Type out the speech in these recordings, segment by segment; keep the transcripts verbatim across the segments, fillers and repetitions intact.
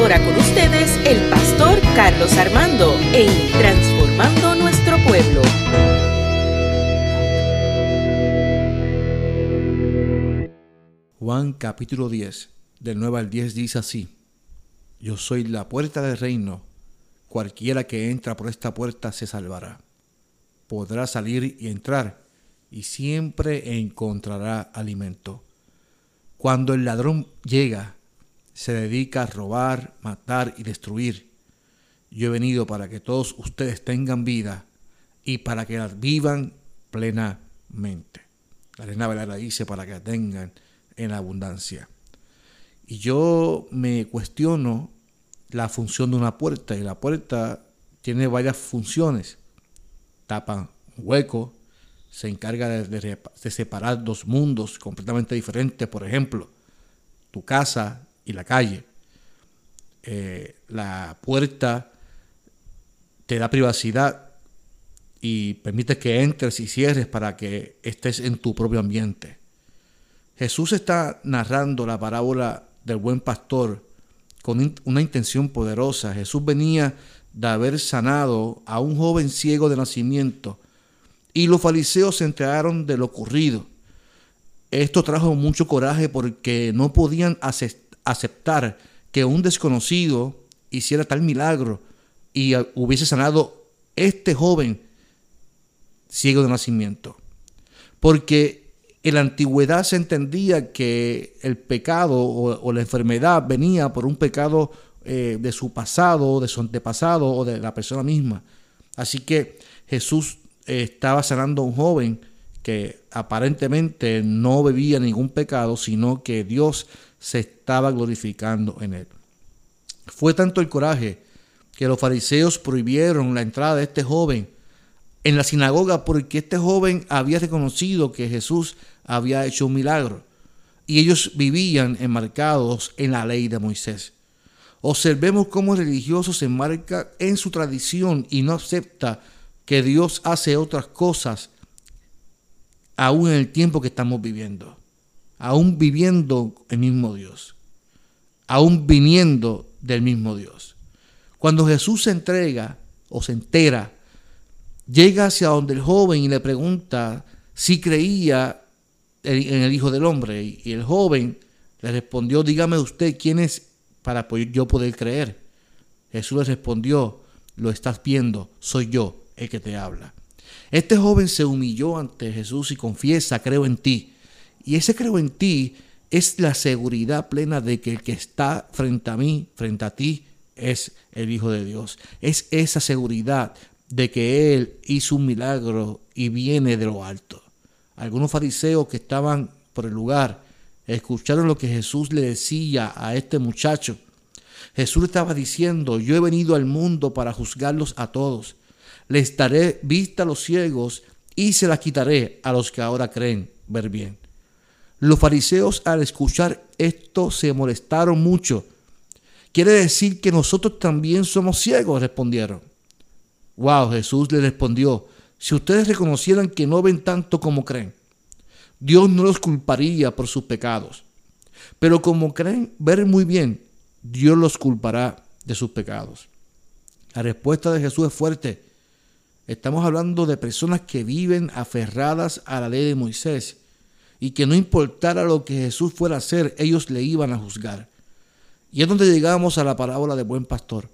ahora con ustedes el pastor Carlos Armando en Transformando Nuestro Pueblo. Juan capítulo diez, del nueve al diez dice así: Yo soy la puerta del reino. Cualquiera que entra por esta puerta se salvará. Podrá salir y entrar, y siempre encontrará alimento. Cuando el ladrón llega, se dedica a robar, matar y destruir. Yo he venido para que todos ustedes tengan vida y para que la vivan plenamente. La Reina Valera dice para que la tengan en abundancia. Y yo me cuestiono la función de una puerta, y la puerta tiene varias funciones. Tapa un hueco, se encarga de, de, de separar dos mundos completamente diferentes, por ejemplo, tu casa y la calle. Eh, la puerta te da privacidad y permite que entres y cierres para que estés en tu propio ambiente. Jesús está narrando la parábola del buen pastor con una intención poderosa. Jesús venía de haber sanado a un joven ciego de nacimiento y los fariseos se enteraron de lo ocurrido. Esto trajo mucho coraje porque no podían aceptar que un desconocido hiciera tal milagro y hubiese sanado este joven ciego de nacimiento. Porque en la antigüedad se entendía que el pecado o, o la enfermedad venía por un pecado eh, de su pasado, de su antepasado o de la persona misma. Así que Jesús eh, estaba sanando a un joven que aparentemente no bebía ningún pecado, sino que Dios se estaba glorificando en él. Fue tanto el coraje que los fariseos prohibieron la entrada de este joven en la sinagoga porque este joven había reconocido que Jesús había hecho un milagro y ellos vivían enmarcados en la ley de Moisés. Observemos cómo el religioso se enmarca en su tradición y no acepta que Dios hace otras cosas aún en el tiempo que estamos viviendo, aún viviendo el mismo Dios, aún viniendo del mismo Dios. Cuando Jesús se entrega o se entera, llega hacia donde el joven y le pregunta si creía en el Hijo del Hombre. Y el joven le respondió: dígame usted quién es para yo poder creer. Jesús le respondió: lo estás viendo, soy yo el que te habla. Este joven se humilló ante Jesús y confiesa: creo en ti. Y ese creo en ti es la seguridad plena de que el que está frente a mí, frente a ti, es el Hijo de Dios. Es esa seguridad de que Él hizo un milagro y viene de lo alto. Algunos fariseos que estaban por el lugar escucharon lo que Jesús le decía a este muchacho. Jesús le estaba diciendo: yo he venido al mundo para juzgarlos a todos. Les daré vista a los ciegos y se la quitaré a los que ahora creen ver bien. Los fariseos, al escuchar esto, se molestaron mucho. ¿Quiere decir que nosotros también somos ciegos?, respondieron. Wow, Jesús le respondió: si ustedes reconocieran que no ven tanto como creen, Dios no los culparía por sus pecados. Pero como creen ver muy bien, Dios los culpará de sus pecados. La respuesta de Jesús es fuerte. Estamos hablando de personas que viven aferradas a la ley de Moisés y que no importara lo que Jesús fuera a hacer, ellos le iban a juzgar. Y es donde llegamos a la parábola del buen pastor.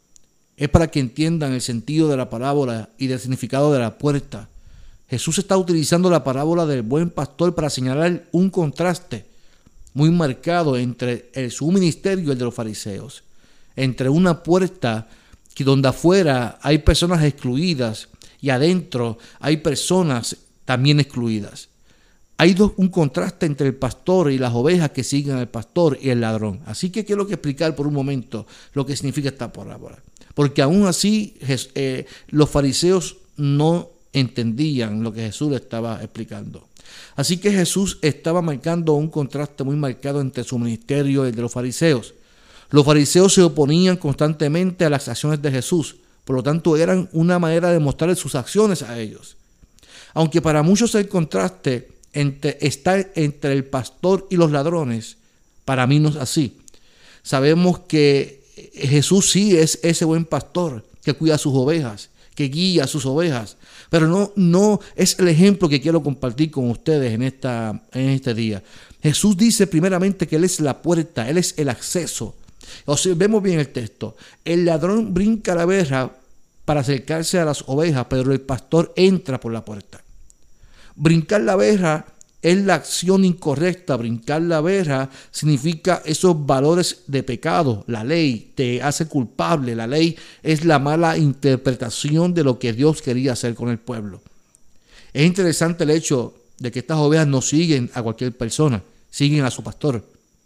Es para que entiendan el sentido de la parábola y del significado de la puerta. Jesús está utilizando la parábola del buen pastor para señalar un contraste muy marcado entre el, su ministerio y el de los fariseos. Entre una puerta que donde afuera hay personas excluidas y adentro hay personas también excluidas. Hay dos, un contraste entre el pastor y las ovejas que siguen al pastor y el ladrón. Así que quiero que explicar por un momento lo que significa esta parábola. Porque aún así eh, los fariseos no entendían lo que Jesús le estaba explicando. Así que Jesús estaba marcando un contraste muy marcado entre su ministerio y el de los fariseos. Los fariseos se oponían constantemente a las acciones de Jesús, por lo tanto eran una manera de mostrarle sus acciones a ellos. Aunque para muchos el contraste entre, está entre el pastor y los ladrones, para mí no es así. Sabemos que Jesús sí es ese buen pastor que cuida a sus ovejas, que guía a sus ovejas, pero no, no es el ejemplo que quiero compartir con ustedes en, esta, en este día. Jesús dice primeramente que Él es la puerta, Él es el acceso. O sea, vemos bien el texto. El ladrón brinca la verja para acercarse a las ovejas, pero el pastor entra por la puerta. Brincar la verja es la acción incorrecta. Brincar la verja significa esos valores de pecado. La ley te hace culpable. La ley es la mala interpretación de lo que Dios quería hacer con el pueblo. Es interesante el hecho de que estas ovejas no siguen a cualquier persona, siguen a su pastor.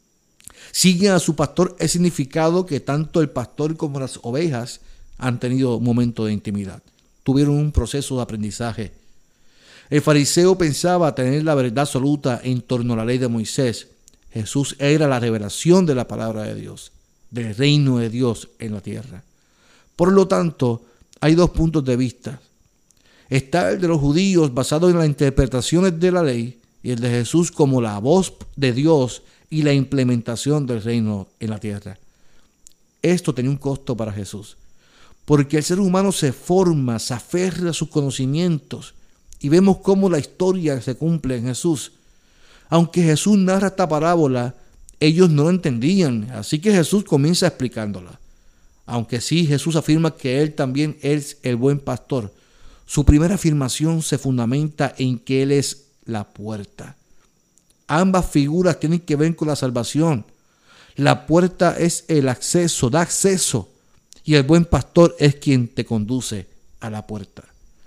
Siguen a su pastor es significado que tanto el pastor como las ovejas han tenido un momento de intimidad. Tuvieron un proceso de aprendizaje. El fariseo pensaba tener la verdad absoluta en torno a la ley de Moisés. Jesús era la revelación de la palabra de Dios, del reino de Dios en la tierra. Por lo tanto, hay dos puntos de vista. Está el de los judíos basado en las interpretaciones de la ley y el de Jesús como la voz de Dios y la implementación del reino en la tierra. Esto tenía un costo para Jesús, porque el ser humano se forma, se aferra a sus conocimientos y vemos cómo la historia se cumple en Jesús. Aunque Jesús narra esta parábola, ellos no lo entendían, así que Jesús comienza explicándola. Aunque sí, Jesús afirma que Él también es el buen pastor, su primera afirmación se fundamenta en que Él es la puerta. Ambas figuras tienen que ver con la salvación. La puerta es el acceso, da acceso, y el buen pastor es quien te conduce a la puerta.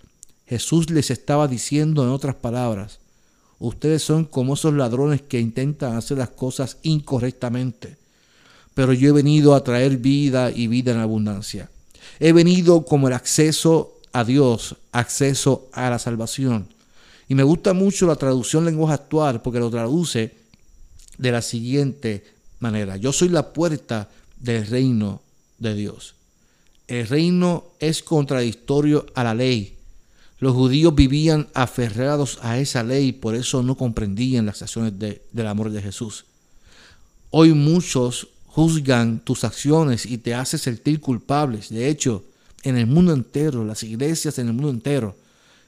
Jesús les estaba diciendo en otras palabras, ustedes son como esos ladrones que intentan hacer las cosas incorrectamente, pero yo he venido a traer vida y vida en abundancia. He venido como el acceso a Dios, acceso a la salvación. Y me gusta mucho la traducción lenguaje actual porque lo traduce de la siguiente manera. Yo soy la puerta del reino de Dios. El reino es contradictorio a la ley. Los judíos vivían aferrados a esa ley, por eso no comprendían las acciones de, del amor de Jesús. Hoy muchos juzgan tus acciones y te hacen sentir culpables. De hecho, en el mundo entero, las iglesias en el mundo entero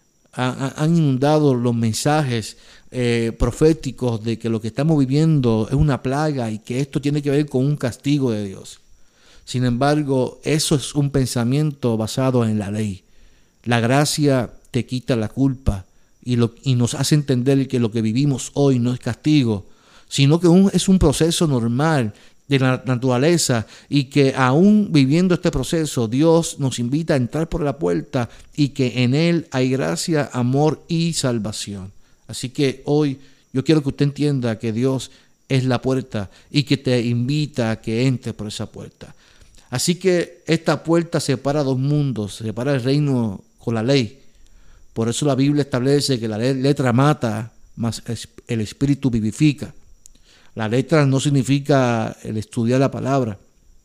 han, han inundado los mensajes eh, proféticos de que lo que estamos viviendo es una plaga y que esto tiene que ver con un castigo de Dios. Sin embargo, eso es un pensamiento basado en la ley. La gracia te quita la culpa y, lo, y nos hace entender que lo que vivimos hoy no es castigo, sino que un, es un proceso normal de la naturaleza y que aún viviendo este proceso, Dios nos invita a entrar por la puerta y que en Él hay gracia, amor y salvación. Así que hoy yo quiero que usted entienda que Dios es la puerta y que te invita a que entres por esa puerta. Así que esta puerta separa dos mundos, separa el reino con la ley. Por eso la Biblia establece que la letra mata, mas el espíritu vivifica. La letra no significa el estudiar la palabra.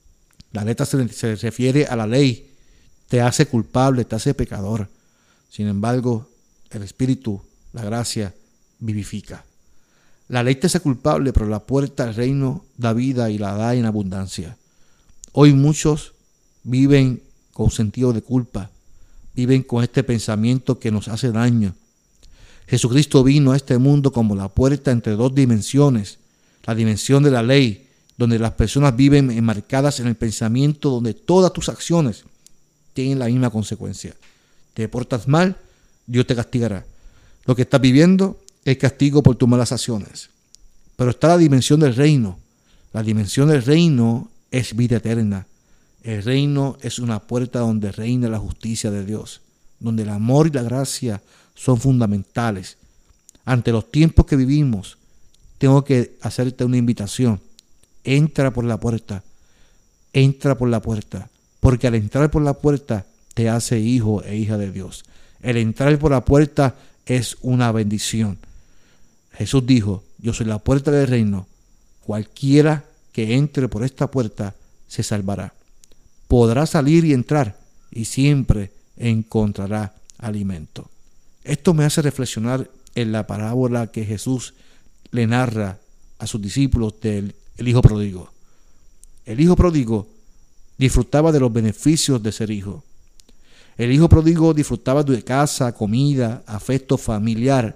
La letra se, se refiere a la ley. Te hace culpable, te hace pecador. Sin embargo, el espíritu, la gracia, vivifica. La ley te hace culpable, pero la puerta al reino da vida y la da en abundancia. Hoy muchos viven con sentido de culpa, viven con este pensamiento que nos hace daño. Jesucristo vino a este mundo como la puerta entre dos dimensiones, la dimensión de la ley, donde las personas viven enmarcadas en el pensamiento donde todas tus acciones tienen la misma consecuencia. Te portas mal, Dios te castigará. Lo que estás viviendo es castigo por tus malas acciones. Pero está la dimensión del reino. La dimensión del reino es vida eterna. El reino es una puerta donde reina la justicia de Dios, donde el amor y la gracia son fundamentales. Ante los tiempos que vivimos, tengo que hacerte una invitación. Entra por la puerta. Entra por la puerta. Porque al entrar por la puerta te hace hijo e hija de Dios. El entrar por la puerta es una bendición. Jesús dijo, yo soy la puerta del reino. Cualquiera que entre por esta puerta se salvará. Podrá salir y entrar y siempre encontrará alimento. Esto me hace reflexionar en la parábola que Jesús le narra a sus discípulos del el hijo pródigo. El hijo pródigo disfrutaba de los beneficios de ser hijo. El hijo pródigo disfrutaba de casa, comida, afecto familiar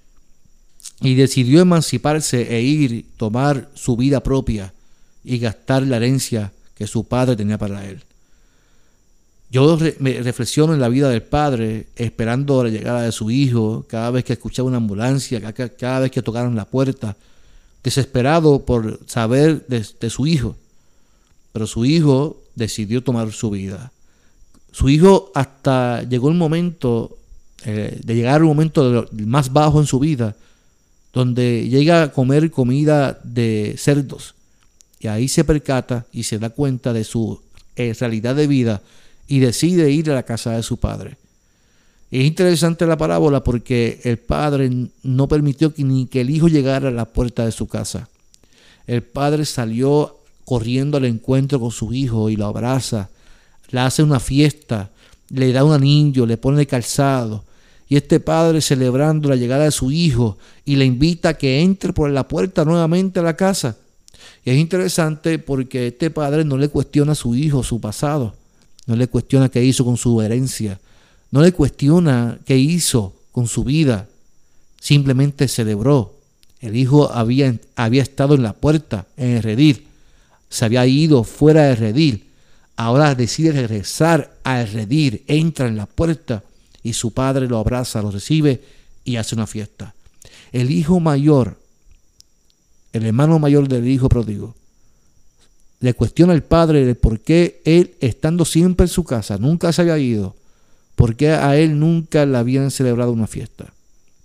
y decidió emanciparse e ir, tomar su vida propia y gastar la herencia que su padre tenía para él. Yo re- me reflexiono en la vida del padre, esperando la llegada de su hijo, cada vez que escuchaba una ambulancia, cada, cada vez que tocaron la puerta, desesperado por saber de, de su hijo. Pero su hijo decidió tomar su vida. Su hijo hasta llegó el momento eh, de llegar un momento de lo, más bajo en su vida, donde llega a comer comida de cerdos. Y ahí se percata y se da cuenta de su eh, realidad de vida y decide ir a la casa de su padre. Es interesante la parábola porque el padre no permitió que ni que el hijo llegara a la puerta de su casa. El padre salió corriendo al encuentro con su hijo y lo abraza, le hace una fiesta, le da un anillo, le pone calzado. Y este padre, celebrando la llegada de su hijo, y le invita a que entre por la puerta nuevamente a la casa. Y es interesante porque este padre no le cuestiona a su hijo su pasado, no le cuestiona qué hizo con su herencia, no le cuestiona qué hizo con su vida, simplemente celebró. El hijo había, había estado en la puerta, en el redil, se había ido fuera del redil, ahora decide regresar al redil, entra en la puerta y su padre lo abraza, lo recibe y hace una fiesta. El hijo mayor, el hermano mayor del hijo pródigo, le cuestiona al padre de por qué él, estando siempre en su casa, nunca se había ido, por qué a él nunca le habían celebrado una fiesta.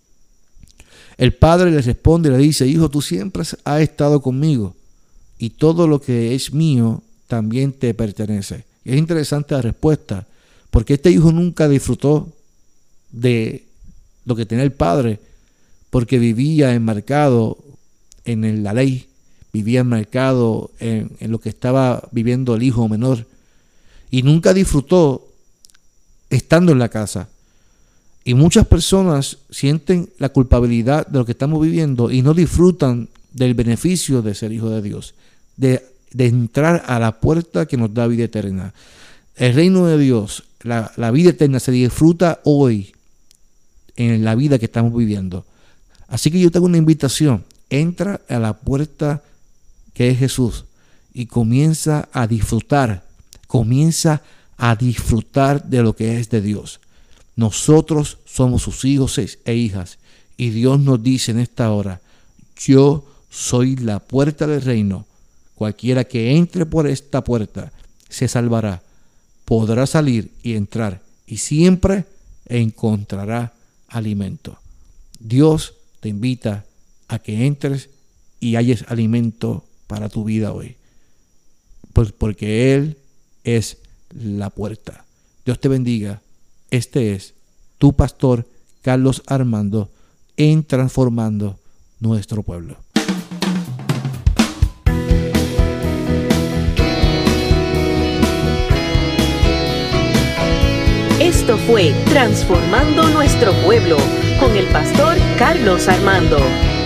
El padre le responde y le dice: hijo, tú siempre has estado conmigo y todo lo que es mío también te pertenece. Y es interesante la respuesta, porque este hijo nunca disfrutó de lo que tenía el padre, porque vivía enmarcado en la ley, vivía enmarcado en, en lo que estaba viviendo el hijo menor, y nunca disfrutó estando en la casa. Y muchas personas sienten la culpabilidad de lo que estamos viviendo y no disfrutan del beneficio de ser hijo de Dios, de, de entrar a la puerta que nos da vida eterna. El reino de Dios, la, la vida eterna se disfruta hoy en la vida que estamos viviendo. Así que yo tengo una invitación: entra a la puerta que es Jesús y comienza a disfrutar, comienza a disfrutar de lo que es de Dios. Nosotros somos sus hijos e hijas y Dios nos dice en esta hora: yo soy la puerta del reino. Cualquiera que entre por esta puerta se salvará, podrá salir y entrar y siempre encontrará alimento. Dios te invita a que entres y halles alimento para tu vida hoy, pues porque Él es la puerta. Dios te bendiga. Este es tu pastor Carlos Armando en Transformando Nuestro Pueblo. Esto fue Transformando Nuestro Pueblo con el pastor Carlos Armando.